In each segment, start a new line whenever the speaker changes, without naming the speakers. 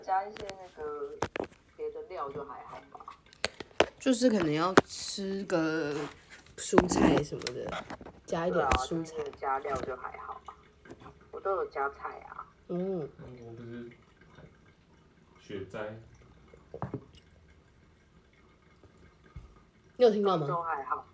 加一些那个别的料就还好吧。
就是可能要吃个蔬菜什么的，加一点蔬菜。
就是加料就还好啊，我都有加菜啊。
我不是雪栽。
你有听到吗？
都还好。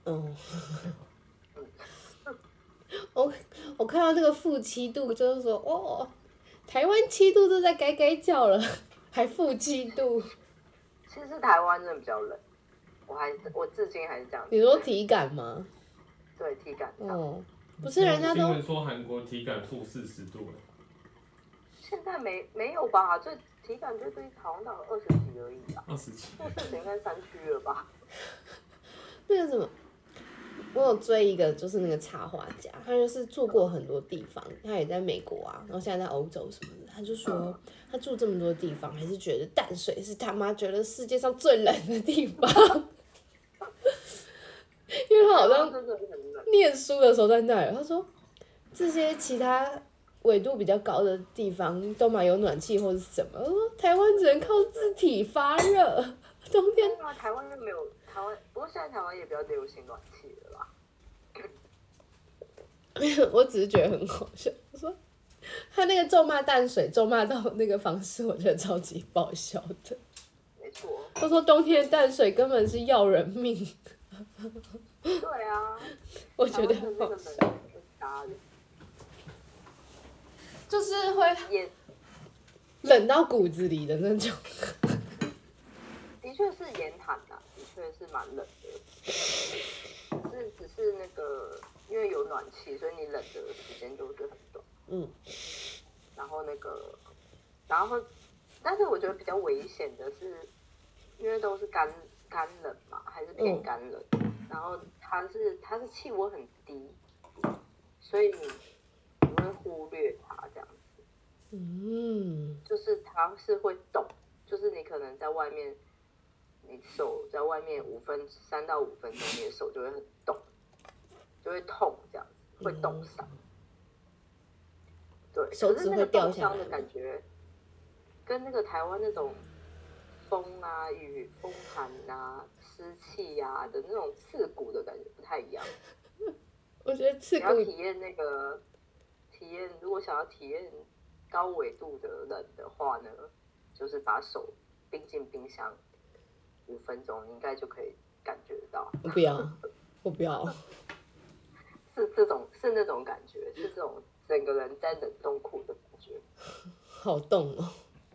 我看到那个-7度，就是说哦，台湾7度都在该该叫了，还-7度。
其实台湾真的比较冷，我至今还是这样。
你说体感吗？
对，体感上。
哦，不是人家都。
新闻说韩国体感-40度。
现在没有吧？最体感最低好像到20几而已啊。
20几。
负40应该山区了吧？
那个什么，我有追一个，就是那个插画家，他就是住过很多地方，他也在美国啊，然后现在在欧洲什么的，他就说他住这么多地方，还是觉得淡水是他妈觉得世界上最冷的地方，因为他好像念书的时候在那里，他说这些其他纬度比较高的地方都蛮有暖气或者什么，他说台湾只能靠自体发热，冬天。
台湾又没有台湾，不过现在台湾也比较流行暖气了啦。
我只是觉得很好笑，我说他那个咒骂淡水咒骂到那个方式，我觉得超级爆笑的。
没错。
他说冬天淡水根本是要人命。
对啊。
我觉得很好笑。就是会冷到骨子里的那种。
的确是严寒啊，的确是蛮冷的。只是那个，因为有暖气，所以你冷的时间就是很短。然后，但是我觉得比较危险的是，因为都是干冷嘛，还是偏干冷。然后它是气温很低，所以你会忽略它这样子。就是它是会动，就是你可能在外面。你手在外面3到5分钟，你的手就会很动，就会痛，这样子会冻伤。对，
手指会掉下来。
可是那个冻伤的感觉，跟那个台湾那种风啊、雨、风寒啊、湿气啊的那种刺骨的感觉不太一样。
我觉得刺骨。
你要体验，如果想要体验高纬度的冷的话呢，就是把手冰进冰箱。5分钟应该就可以感觉到。
我不要。
是那种感觉，是这种整个人在冷冻库的感觉。
好冻哦。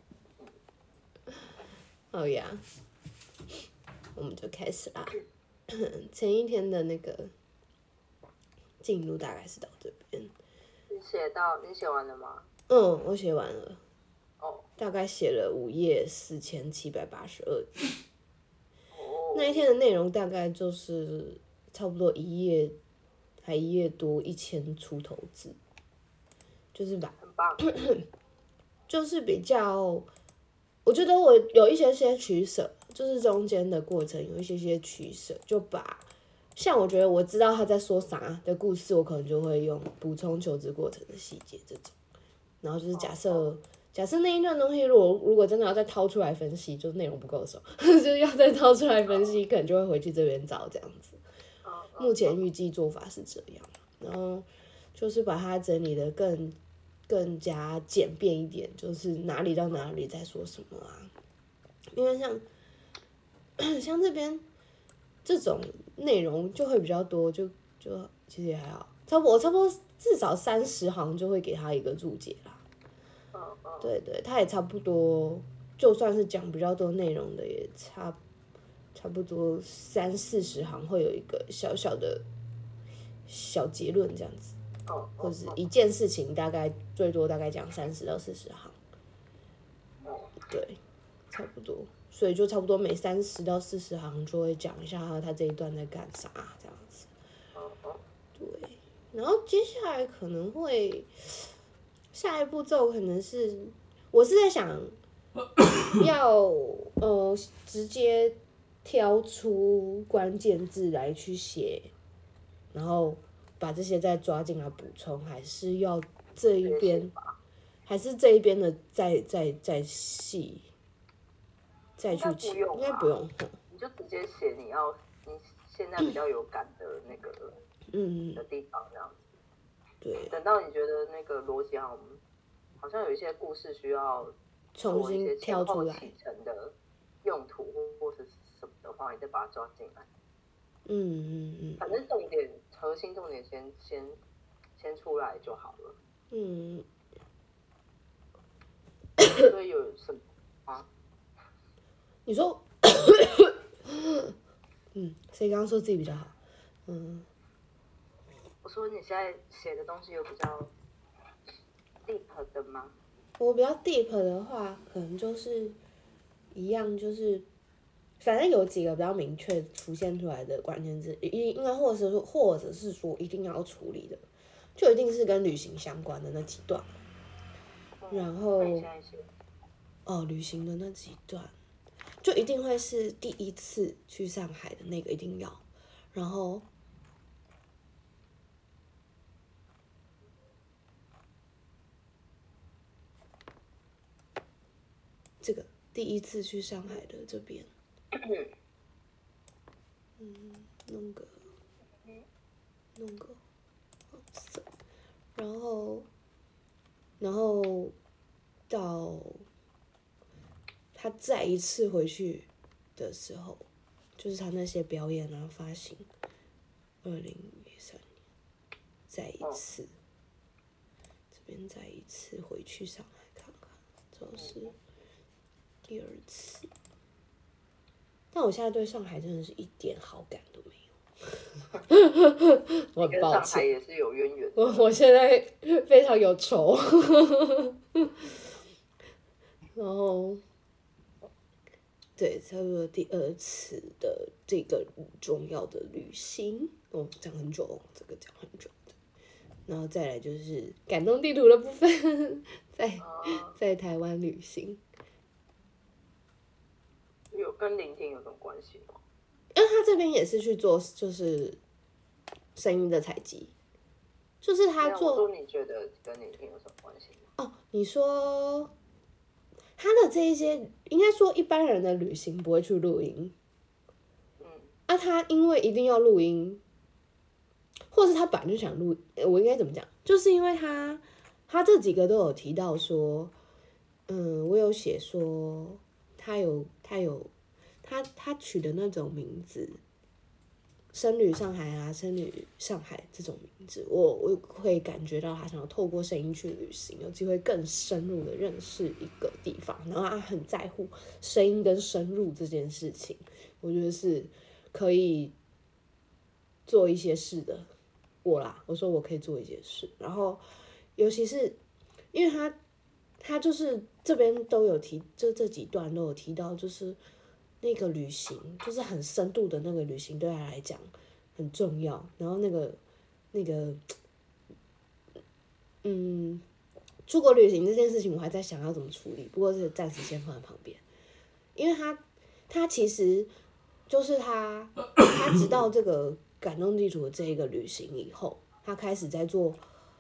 好呀，我们就开始啦。前一天的那个进度大概是到这边。
你写完了吗？
我写完了。大概写了5页4782字。那一天的内容大概就是差不多1页多1000出头字，就是吧，
很棒。
就是比较，我觉得我有一些取舍，就是中间的过程有一些取舍，就把像我觉得我知道他在说啥的故事，我可能就会用补充求知过程的细节这种，然后就是假设那一段东西，如果真的要再掏出来分析，就是内容不够熟，就是要再掏出来分析，可能就会回去这边找这样子。目前预计做法是这样，然后就是把它整理的更加简便一点，就是哪里到哪里在说什么啊？因为像这边这种内容就会比较多，就其实也还好，差不多至少30行就会给他一个注解啦。对，他也差不多，就算是讲比较多内容的，也差不多30-40行会有一个小小的小结论这样子，或者是一件事情最多大概讲30到40行，对，差不多，所以就差不多每30到40行就会讲一下他这一段在干啥这样子，对，然后接下来可能会。下一步骤可能是，我是在想，要直接挑出关键字来去写，然后把这些再抓进来补充，还是要这一边还是这一边的再细再去写？应该不用，
你就直接写你现在比较有感的那个的地方这样子。
对。
等到你觉得那个逻辑好像有一些故事需要
重新挑出来
启程的用途或是什么的话，你再把它抓进来。反正核心重点先出来就好了。所以有什么啊？
你说，谁刚刚说自己比较好？
我说你现在写的东西有比较 deep 的吗？
我比较 deep 的话，可能就是一样，就是反正有几个比较明确浮现出来的关键字，应该或者是说一定要处理的，就一定是跟旅行相关的那几段。然后旅行的那几段，就一定会是第一次去上海的那个一定要，然后这个第一次去上海的这边，弄个黄色，然后到他再一次回去的时候，就是他那些表演啊发行，2013年再一次，这边再一次回去上海看看，这是第二次。但我现在对上海真的是一点好感都没有。我很抱歉，
跟上海也是有渊源。
我现在非常有仇。然后，对，差不多第二次的这个重要的旅行，讲很久，这个讲很久的。然后再来就是感动地图的部分，在台湾旅行。
有跟聆听有什么关系吗？
因为他这边也是去做，就是声音的采集，就是他做。
我说你觉得跟聆听有什么关系吗？
你说他的这一些，应该说一般人的旅行不会去录音，他因为一定要录音，或是他本来就想录，我应该怎么讲？就是因为他这几个都有提到说，我有写说他取的那种名字，僧侣上海啊，僧侣上海这种名字，我会感觉到他想要透过声音去旅行，有机会更深入的认识一个地方，然后他很在乎声音跟深入这件事情，我觉得是可以做一些事的。我说我可以做一些事，然后尤其是因为他就是这边都有提，就这几段都有提到，就是那个旅行，就是很深度的那个旅行对他来讲很重要。然后那个出国旅行这件事情，我还在想要怎么处理，不过是暂时先放在旁边，因为他其实就是他知道这个感动地图的这一个旅行以后，他开始在做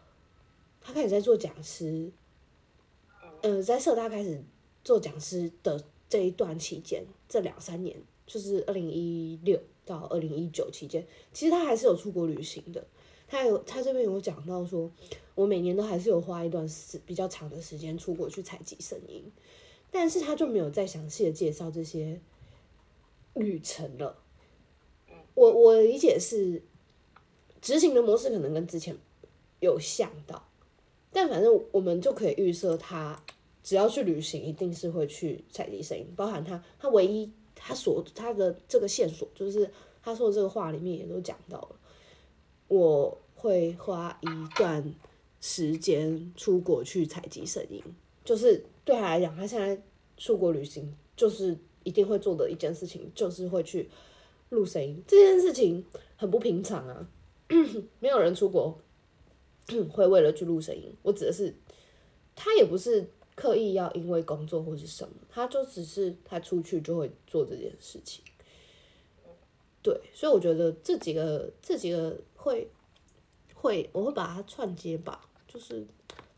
讲师，在社大开始做讲师的这一段期间，这2-3年，就是2016到2019期间，其实他还是有出国旅行的。他这边有讲到说，我每年都还是有花一段比较长的时间出国去采集声音，但是他就没有再详细的介绍这些旅程了。我理解是执行的模式可能跟之前有像到，但反正我们就可以预设他只要去旅行，一定是会去采集声音，包含他唯一他的这个线索，就是他说的这个话里面也都讲到了，我会花一段时间出国去采集声音，就是对他来讲，他现在出国旅行就是一定会做的一件事情，就是会去录声音。这件事情很不平常啊，没有人出国会为了去录声音。我指的是他也不是刻意要因为工作或是什么，他就只是他出去就会做这件事情。对，所以我觉得这几个会我会把它串接吧，就是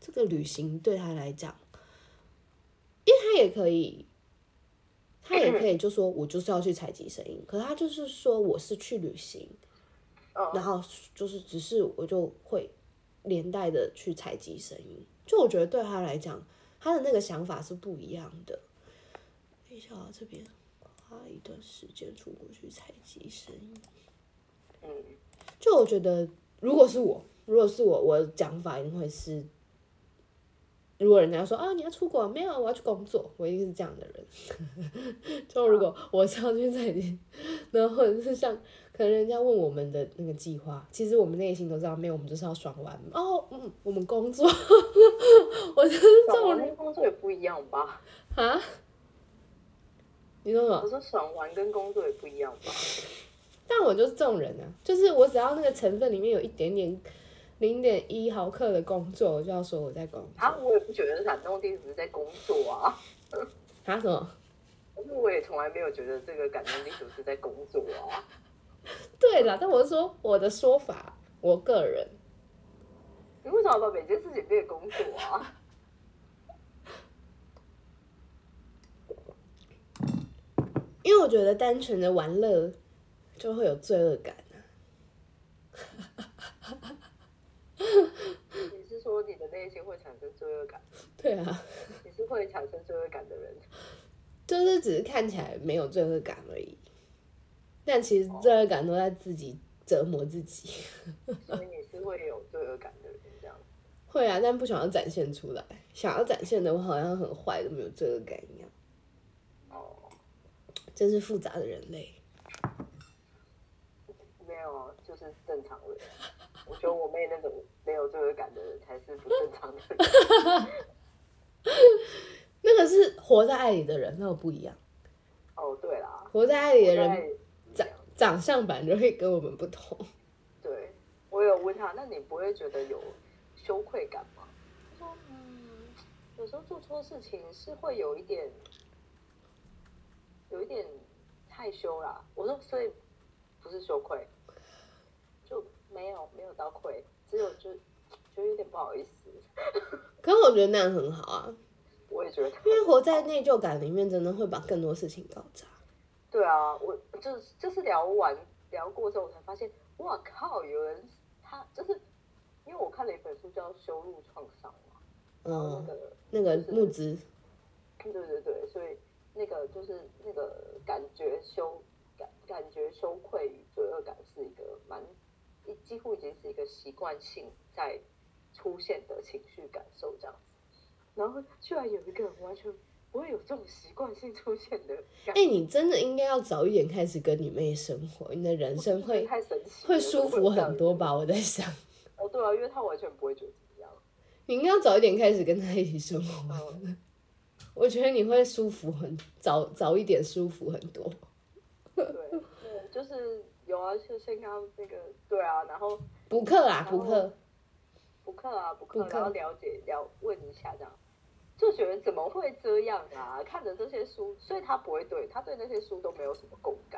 这个旅行对他来讲，因为他也可以就说我就是要去采集声音，可是他就是说我是去旅行，然后就是只是我就会连带的去采集声音，就我觉得对他来讲，他的那个想法是不一样的。等一下啊，这边花一段时间出国去采集声音，就我觉得如果是我，我的讲法一定会是。如果人家说你要出国，没有，我要去工作，我一定是这样的人。就如果我是要去采集，然后或者是像可能人家问我们的那个计划，其实我们内心都知道，没有，我们就是要爽玩。我们工作，我就是这种人。
工作也不一样吧？
啊？你说什么？
我说爽玩跟工作也不一样吧？
但我就是这种人啊，就是我只要那个成分里面有一点点。0.1毫克的工作，我就要说我在工作。
我也不觉得感动地图是在工作啊。
什么？
我也从来没有觉得这个感动地图是在工作啊。
对啦，但我是说我的说法，我个人。
你为什么要把每件事情变工作啊？
因为我觉得单纯的玩乐就会有罪恶感啊。
你是说你的内心会产生罪恶感？
对啊，
你是会产生罪恶感的人，
就是只是看起来没有罪恶感而已，但其实罪恶感都在自己折磨自己。
所以你是会有罪恶感的人，这样？
会啊，但不想要展现出来。想要展现的我好像很坏的，没有罪恶感一样。真是复杂的人类。
没有，就是正常人。我觉得我妹那种没有罪恶感的人才是不正常的人。
那个是活在爱里的人，那个不一样。
对啦，
活在爱里的人长相版就会跟我们不同。
对，我有问他，那你不会觉得有羞愧感吗？他说，有时候做错事情是会有一点害羞啦。我说，所以不是羞愧，就没有到愧，只有就有点不好意思。
可是我觉得那样很好啊。
我也觉得，
因为活在内疚感里面，真的会把更多事情搞砸。
对啊，我就是聊过之后，我才发现，哇靠，有人他就是因为我看了一本书叫《羞辱创伤》嘛，
那个木子，
对，所以那个就是那个感觉羞愧与罪恶感是一个几乎已经是一个习惯性在出现的情绪感受这样子。然后居然有一个人完全不会有这种习惯性出现的感觉。
你真的应该要早一点开始跟你妹生活，你的人生会
太神奇，
会舒服很多吧？我在想。
对啊，因为他完全不会觉得怎么样。
你应该要早一点开始跟他一起生活。我觉得你会舒服早一点舒服很多。
对，就是有啊，就先刚刚那个对啊，然后
补课，然后
问一下这样。就觉得怎么会这样啊？看着这些书，所以他对那些书都没有什么共感。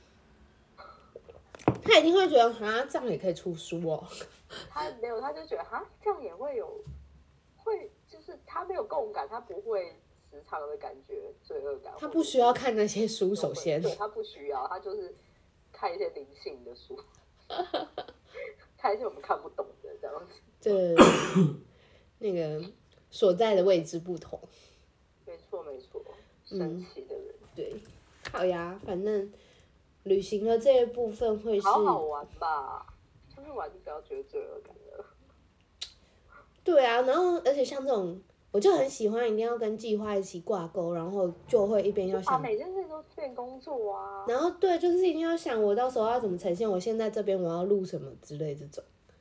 他一定会觉得这样也可以出书哦。
他没有，他就觉得这样也会就是他没有共感，他不会时常的感觉罪恶感。
他不需要看那些书，首先
对他不需要，他就是看一些灵性的书，看一些我们看不懂的这样子。
对，那个。所在的位置不同，
没错，神奇的人，
对，好呀，反正旅行的这一部分会是
好好玩吧，出去玩就不要觉得罪恶感了。
对啊，然后而且像这种，我就很喜欢，一定要跟计划一起挂钩，然后就会一边要想，
每件事都变工作啊。
然后对，就是一定要想我到时候要怎么呈现，我现在这边我要录什么之类这种。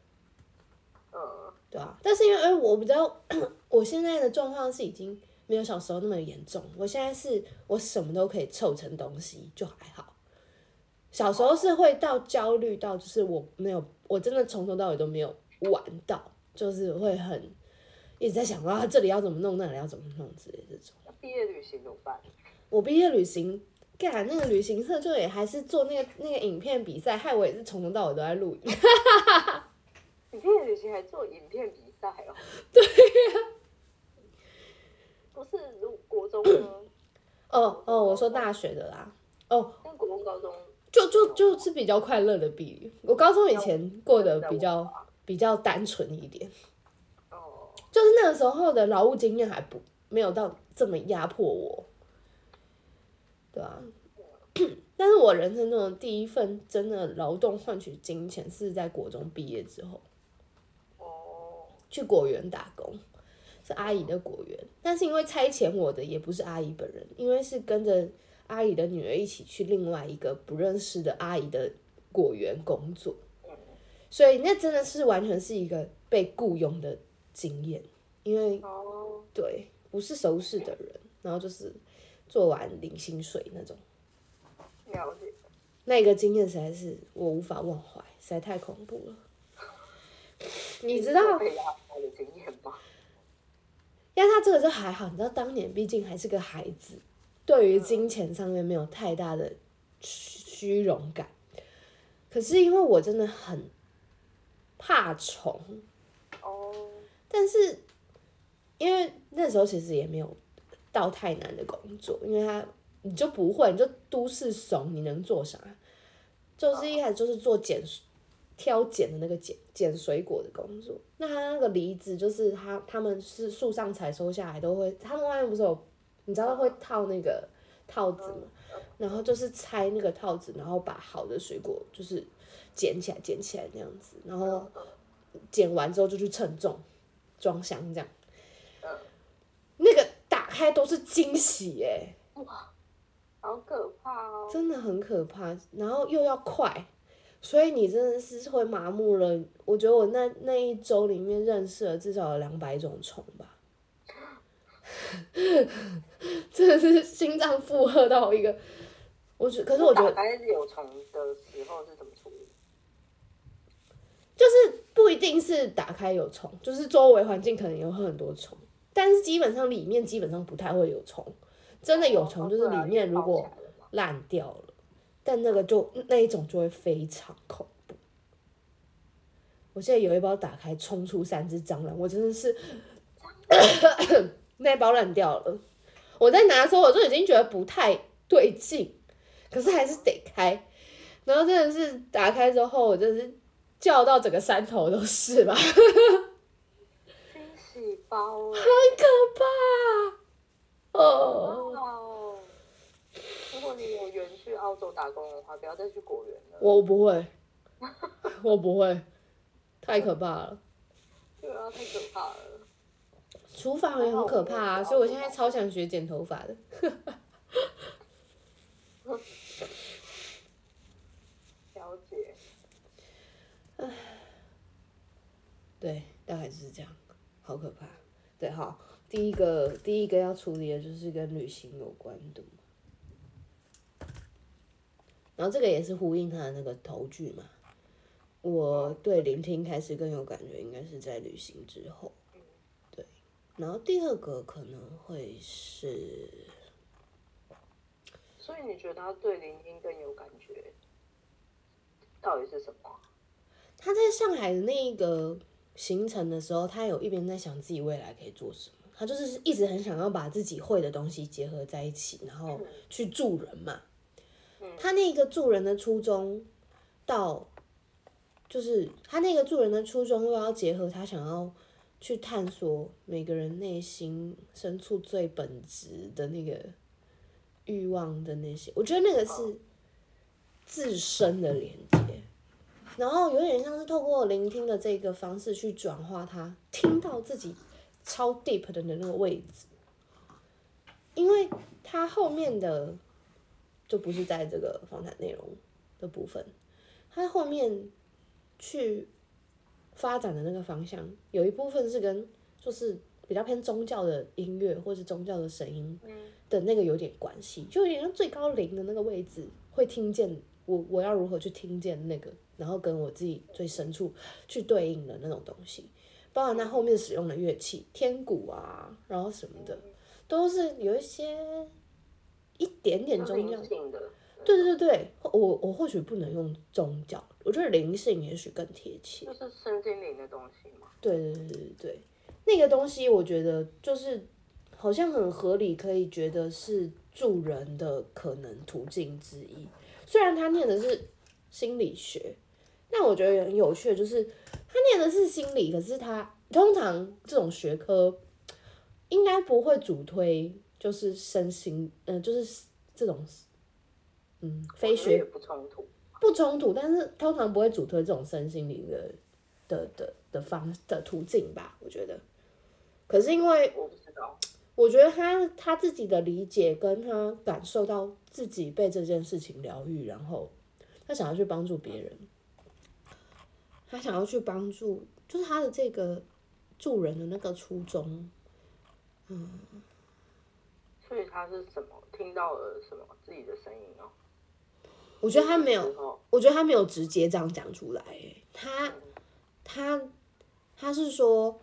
对啊，但是因为我比较，我现在的状况是已经没有小时候那么严重，我现在是我什么都可以凑成东西，就还好。小时候是会到焦虑到，就是我真的从头到尾都没有玩到，就是会很一直在想这里要怎么弄，那里要怎么弄之类这种。
毕业旅行怎么办？
我毕业旅行，那个旅行社就也还是做那个影片比赛，害我也是从头到尾都在录影。
你毕业旅行还做影片比赛？ 赛哦。对呀。不是，国中呢？
我说大学的啦。
跟国中、高中
就是比较快乐的比我高中以前过得比较单纯一点。就是那个时候的劳务经验没有到这么压迫我，对啊。但是我人生中的第一份真的劳动换取金钱是在国中毕业之后，去果园打工，是阿姨的果园。但是因为差遣我的也不是阿姨本人，因为是跟着阿姨的女儿一起去另外一个不认识的阿姨的果园工作，所以那真的是完全是一个被雇佣的经验，因为对不是熟识的人，然后就是做完领薪水那种。
了解。
那个经验实在是我无法忘怀，实在太恐怖了。你知道
被压榨的经验吗？
压榨这个就还好，你知道当年毕竟还是个孩子，对于金钱上面没有太大的虚荣感。可是因为我真的很怕虫，但是因为那时候其实也没有到太难的工作，因为你就不会，你就都市怂，你能做啥？就是一开始就是做挑拣的那个捡水果的工作。那他那个梨子就是他们是树上采收下来都会，他们外面不是有，你知道会套那个套子吗？然后就是拆那个套子，然后把好的水果就是捡起来那样子，然后捡完之后就去称重装箱这样。那个打开都是惊喜耶！
哇，好可怕哦！
真的很可怕，然后又要快，所以你真的是会麻木了。我觉得我那一周里面认识了至少有200种虫吧，真的是心脏负荷到一个。可是我觉得
打开有虫的时候是怎么处理？
就是不一定是打开有虫，就是周围环境可能有很多虫，但是基本上里面基本上不太会有虫。真的有虫就是里面如果烂掉了，但那一种就会非常恐怖。我记得有一包打开冲出3只蟑螂，我真的是那一包烂掉了。我在拿的时候我就已经觉得不太对劲，可是还是得开。然后真的是打开之后，我真的是叫到整个山头都是吧。
惊喜包很
可怕。
如果你有缘去澳洲打工的话，不要再去果园了。
我不会，太可怕了。
对啊，太可怕了。
厨房也很可怕啊，所以我现在超想学剪头发的。
了解。
对，大概就是这样，好可怕。对，好，第一个要处理的就是跟旅行有关的嘛。然后这个也是呼应他的那个头句嘛。我对聆听开始更有感觉，应该是在旅行之后。对，然后第二个可能会是，
所以你觉得他对聆听更有感觉，到底是什么？
他在上海的那一个行程的时候，他有一边在想自己未来可以做什么，他就是一直很想要把自己会的东西结合在一起，然后去助人嘛。他那个助人的初衷就是他那个助人的初衷又要结合他想要去探索每个人内心深处最本质的那个欲望的那些，我觉得那个是自身的连接。然后有点像是透过聆听的这个方式去转化他听到自己超 deep 的那个位置，因为他后面的就不是在这个访谈内容的部分，他后面去发展的那个方向有一部分是跟就是比较偏宗教的音乐或是宗教的声音的那个有点关系，就有点像最高灵的那个位置会听见我要如何去听见那个，然后跟我自己最深处去对应的那种东西，包含他后面使用的乐器天鼓啊，然后什么的，都是有一点点宗教
性的
对对对，我或许不能用宗教，我觉得灵性也许更贴切。
就是身心灵的东西嘛。
对对对对对，那个东西我觉得就是好像很合理，可以觉得是助人的可能途径之一。虽然他念的是心理学，但我觉得很有趣的就是他念的是心理，可是他通常这种学科应该不会主推就是身心，就是这种非
我觉得也
学
不冲突。
不冲突，但是通常不会主推这种身心灵的途径吧，我觉得。可是因为
我不知道，
我觉得他自己的理解跟他感受到自己被这件事情疗愈，然后他想要去帮助别人，他想要去帮助，就是他的这个助人的那个初衷。
所以他是什么？听到了什么自己的声音哦？
我觉得他没
之后
有，我觉得他没有直接这样讲出来，他是说，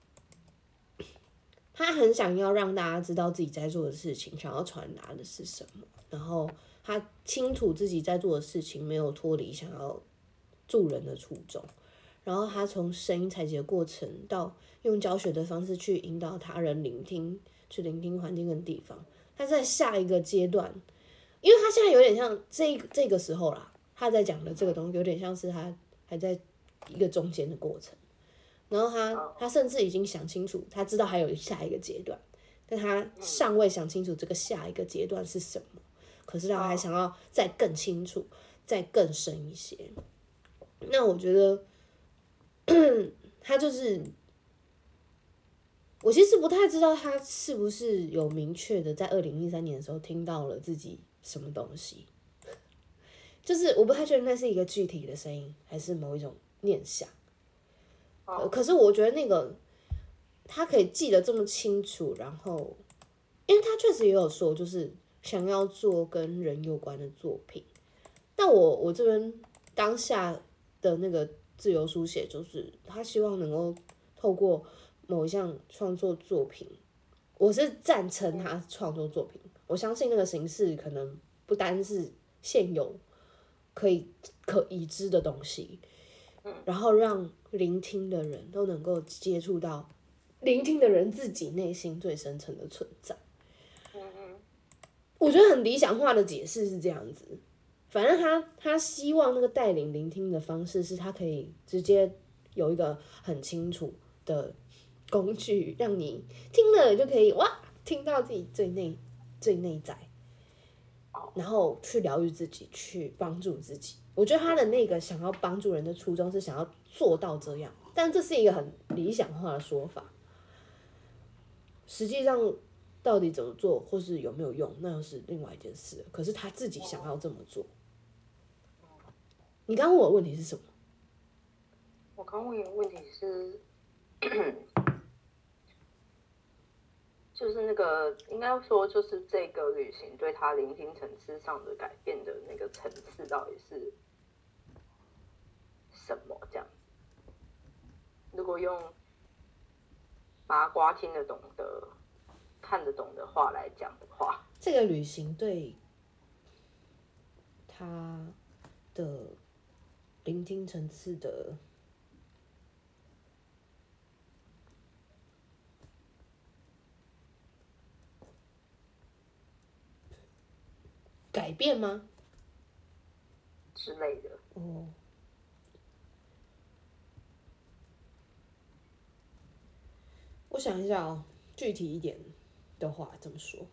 他很想要让大家知道自己在做的事情，想要传达的是什么，然后他清楚自己在做的事情没有脱离想要助人的初衷，然后他从声音采集的过程到用教学的方式去引导他人聆听，去聆听环境跟地方，他在下一个阶段。因为他现在有点像这个时候啦，他在讲的这个东西有点像是他还在一个中间的过程，然后他甚至已经想清楚，他知道还有下一个阶段，但他尚未想清楚这个下一个阶段是什么，可是他还想要再更清楚，再更深一些。那我觉得他就是，我其实不太知道他是不是有明确的在2013年的时候听到了自己什么东西，就是我不太确定那是一个具体的声音，还是某一种念想。可是我觉得那个他可以记得这么清楚，然后，因为他确实也有说，就是想要做跟人有关的作品。但我这边当下的那个自由书写，就是他希望能够透过某一项创作作品，我是赞成他创作作品。我相信那个形式可能不单是现有可已知的东西，然后让聆听的人都能够接触到聆听的人自己内心最深层的存在。我觉得很理想化的解释是这样子，反正他希望那个带领聆听的方式是他可以直接有一个很清楚的工具，让你听了就可以哇听到自己最内在，然后去疗愈自己，去帮助自己。我觉得他的那个想要帮助人的初衷是想要做到这样，但这是一个很理想化的说法。实际上到底怎么做，或是有没有用，那又是另外一件事。可是他自己想要这么做。你刚刚问我的问题是什么？
我刚问你的问题是，就是那个应该说，就是这个旅行对他聆听层次上的改变的那个层次到底是什么？这样子，如果用麻瓜听得懂的、看得懂的话来讲的话，
这个旅行对他的聆听层次的改变吗？
之类的。
哦，我想一下哦，具体一点的话怎么说？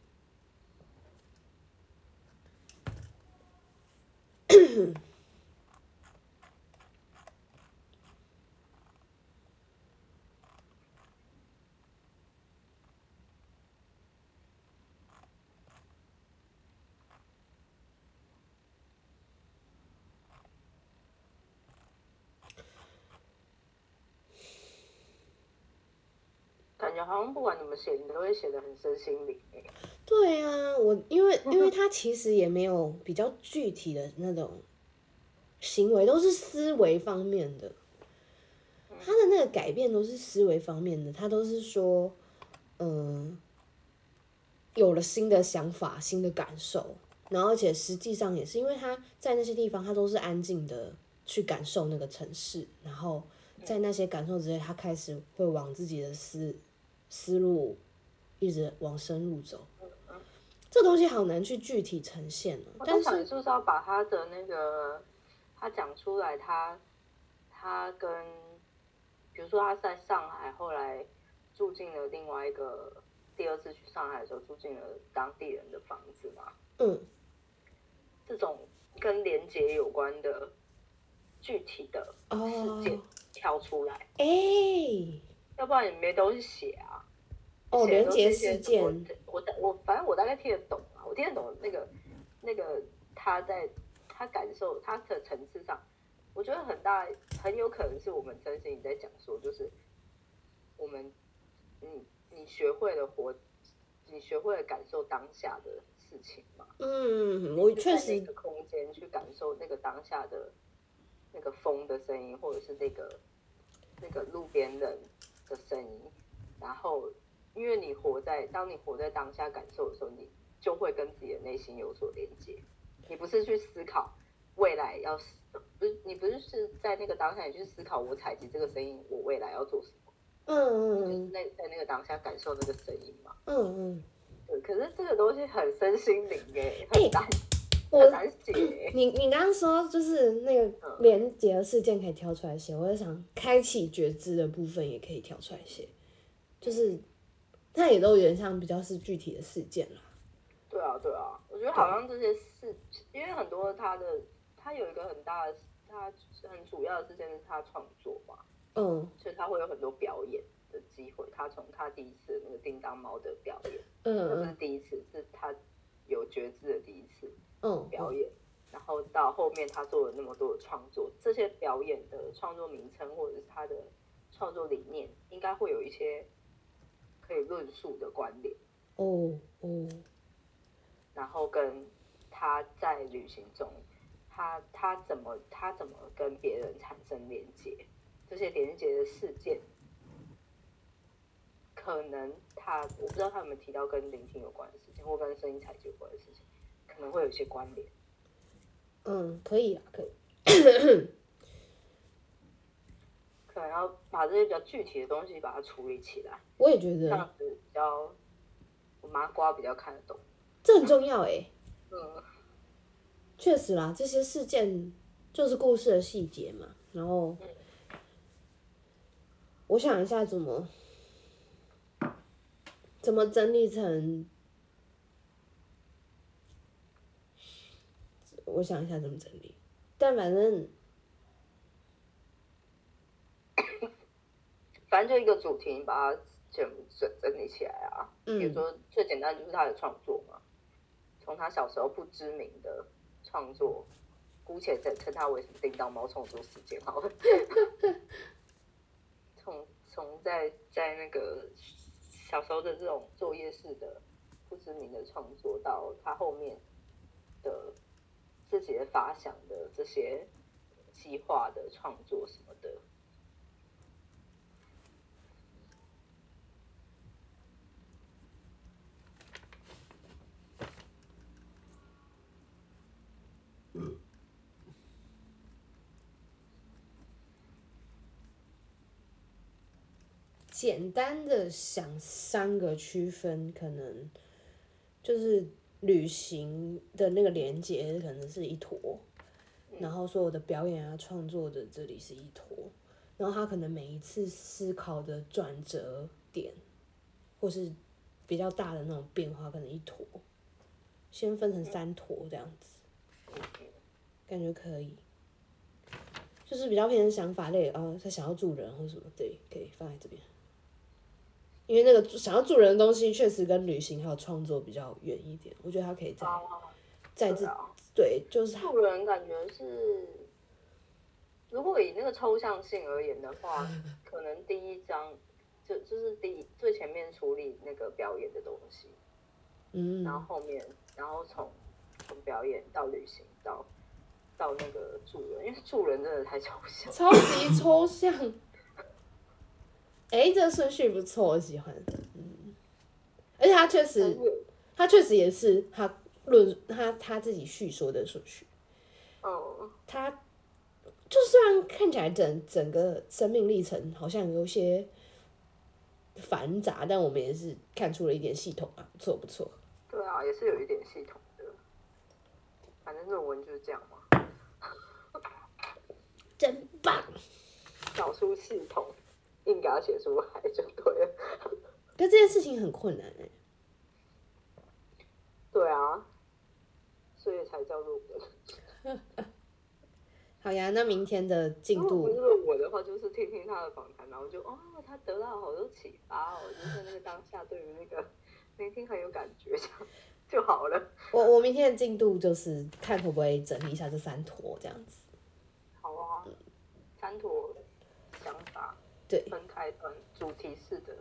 感觉好像不管你们写，你都会写得很身心灵
对啊，因为他其实也没有比较具体的那种行为，都是思维方面的。他的那个改变都是思维方面的，他都是说，有了新的想法、新的感受， 然后而且实际上也是因为他在那些地方，他都是安静的去感受那个城市，然后在那些感受之内，他开始会往自己的思路一直往深入走。这东西好难去具体呈现哦。但是
你是不是要把他的那个他讲出来他跟比如说他在上海后来住进了另外一个第二次去上海的时候住进了当地人的房子嘛？这种跟连结有关的具体的事件挑出来，要不然你没东西写啊。
连结事件，
我反正我大概听得懂啊，我听得懂那个他感受他的层次上，我觉得很有可能是我们真心在讲说，就是我们你学会了感受当下的事情嘛。
我确实
在那个空间去感受那个当下的那个风的声音，或者是那个路边人的声音，然后因为当你活在当下感受的时候，你就会跟自己的内心有所连接。你不是去思考未来你不是在那个当下，你去思考我采集这个声音，我未来要做什么。就是在那个当下感受那个声音嘛。对，可是这个东西很身心灵很难写。
你刚刚说就是那个连结的事件可以挑出来写，我在想开启觉知的部分也可以挑出来写，就是它也都有点像比较是具体的事件啦。
对啊，我觉得好像这些事，因为很多他有一个很大的，他很主要的事件是他创作嘛。所以他会有很多表演的机会。他从他第一次那个叮当猫的表演，那不是第一次，是他有觉知的第一次表演。然后到后面他做了那么多的创作，这些表演的创作名称或者是他的创作理念，应该会有一些可以论述的关联。然后跟他在旅行中，他怎么跟别人产生连接，这些连接的事件，可能我不知道他有没有提到跟聆听有关的事情，或跟声音采集有关的事情，可能会有一些关联。
可以啊，可以。
可能要把这些比较具体的东西把它处理起来。
我也觉得
这样子比较我麻瓜比较看得懂。
这很重要欸。确实啦，这些事件就是故事的细节嘛。然后，我想一下怎么整理成，我想一下怎么整理。但反正
就一个主题，你把它全部整理起来啊。比如说最简单就是他的创作嘛，从他小时候不知名的创作，姑且称他为什么叮当猫创作事件好了。从在那个小时候的这种作业式的不知名的创作，到他后面的自己的发想的这些计划的创作什么的。
简单的想3个区分，可能就是旅行的那个连结可能是一坨，然后所有的表演啊创作的这里是一坨，然后他可能每一次思考的转折点，或是比较大的那种变化，可能一坨，先分成3坨这样子，感觉可以。就是比较偏想法类他想要助人或什么，对，可以放在这边。因为那个想要助人的东西，确实跟旅行还有创作比较远一点，我觉得他可以对，就是
助人感觉是，如果以那个抽象性而言的话，可能第一章就是最前面处理那个表演的东西，然后后面，然后从表演到旅行到那个助人，因为助人真的太抽象，
超级抽象。这顺序不错，我喜欢。而且他确实也是他他自己叙说的顺序，
嗯，
他就虽然看起来整个生命历程好像有些繁杂，但我们也是看出了一点系统啊，不错不错。
对啊，也是有一点系统的。反正论文就是这样嘛，
真棒！
找出系统，硬给它写出来就对了。
可这件事情很困难
对啊，所以才叫论文。
好呀，那明天的进
如果不是
度，
论文的话，就是听听他的访谈，然后就他得到好多启发哦，就是在那个当下对于那个聆听很有感觉，这样就好了。
我明天的进度就是看会不会整理一下这3坨这样子。
好啊，3坨想法，
对，
分开段，主题式的。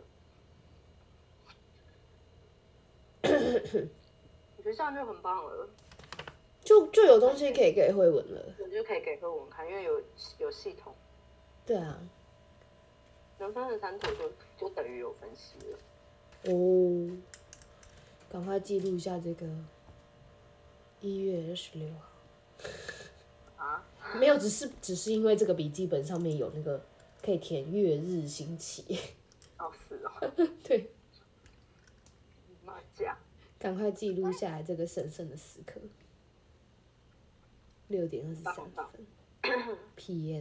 我觉得这样就很棒了。
就有东西可以给慧文了。
我就可以给慧文看，因为有系统。
对啊。
能分的3坨就等于有分析了。
哦，赶快记录一下这个1月26号。
啊？
没有，只是因为这个笔记本上面有那个可以填月日星期。
哦，是哦。
对。
妈呀！
赶快记录下来这个神圣的时刻。6点23分 PM。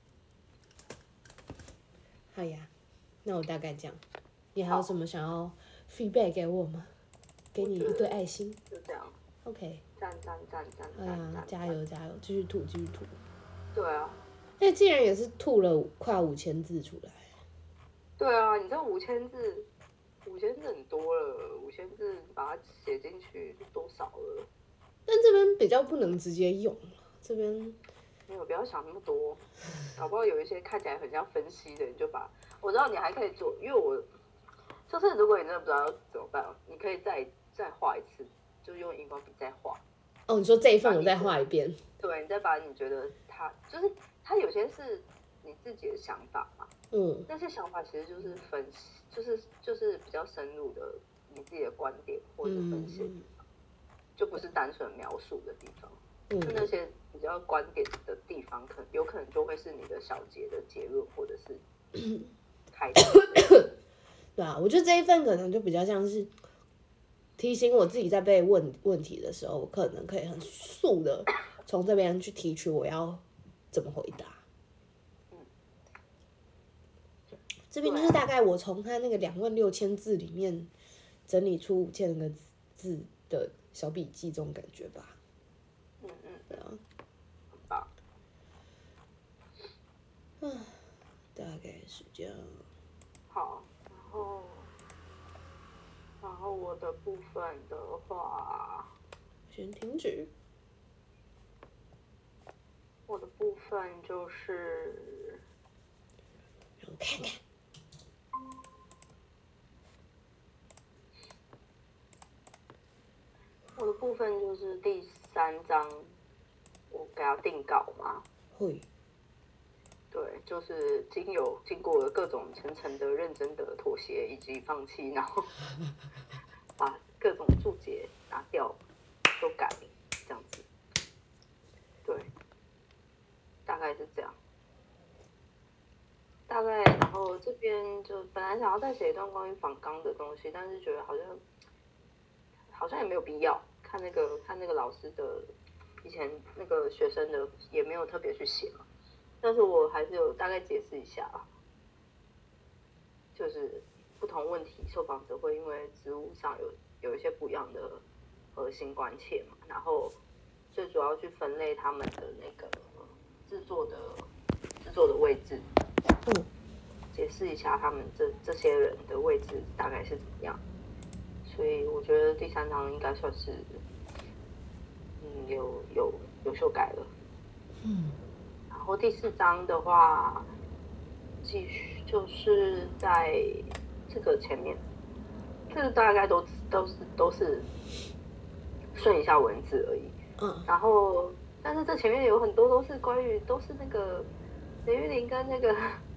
好呀，那我大概这样。你还有什么想要 feedback 给我吗？给你一堆爱心。
就这样。
OK。
赞！
哎呀，加油！继续吐。
对啊。
那竟然也是吐了快5000字出来。
对啊，你知道5000字很多了，5000字把它写进去多少了？
但这边比较不能直接用，这边
没有，不要想那么多，搞不好有一些看起来很像分析的，你就把我知道你还可以做，因为我就是如果你真的不知道要怎么办，你可以再画一次，就用荧光笔再画。
哦，你说这一份我再画一遍。
对，你再把你觉得它有些是你自己的想法嘛，那些想法其实就是分析，就是比较深入的你自己的观点或者分析，就不是单纯描述的地方。那些比较观点的地方，有可能就会是你的小节的结论，或者是开始。
对啊，我觉得这一份可能就比较像是提醒我自己在被问题的时候，我可能可以很速的从这边去提取我要怎么回答。这边就是大概我从他那个26000字里面整理出5000个字的小笔记，这种感觉吧。对啊。
很棒。
大概是这样。
好，然后我的部分的话，
先停止。
我的部分就是
让我看看。
我的部分就是第3章，我给他定稿嘛。
会。
对，就是经过了各种层层的认真的妥协以及放弃，然后把各种注解拿掉，都改，这样子。对，大概是这样。大概，然后这边就本来想要再写一段关于仿纲的东西，但是觉得好像也没有必要。看那个老师的以前那个学生的也没有特别去写嘛，但是我还是有大概解释一下啦，就是不同问题受访者会因为职务上有一些不一样的核心关切嘛，然后最主要去分类他们的那个制作的位置，解释一下他们这些人的位置大概是怎么样。所以我觉得第3章应该算是，有修改了。然后第4章的话，继续就是在这个前面，这个大概都是顺一下文字而已。然后，但是这前面有很多都是那个雷玉玲跟那个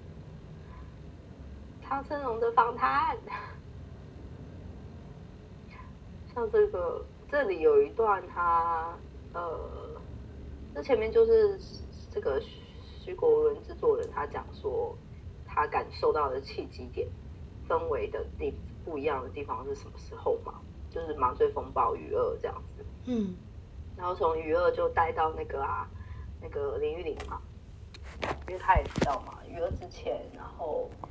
汤生荣的访谈。像这这里有一段他这前面就是这个徐国伦制作人他讲说他感受到的契机点氛围的不一样的地方是什么时候嘛？就是麻醉风暴余二这样子。然后从余二就带到那个林玉玲嘛，因为他也知道嘛，余二之前，然后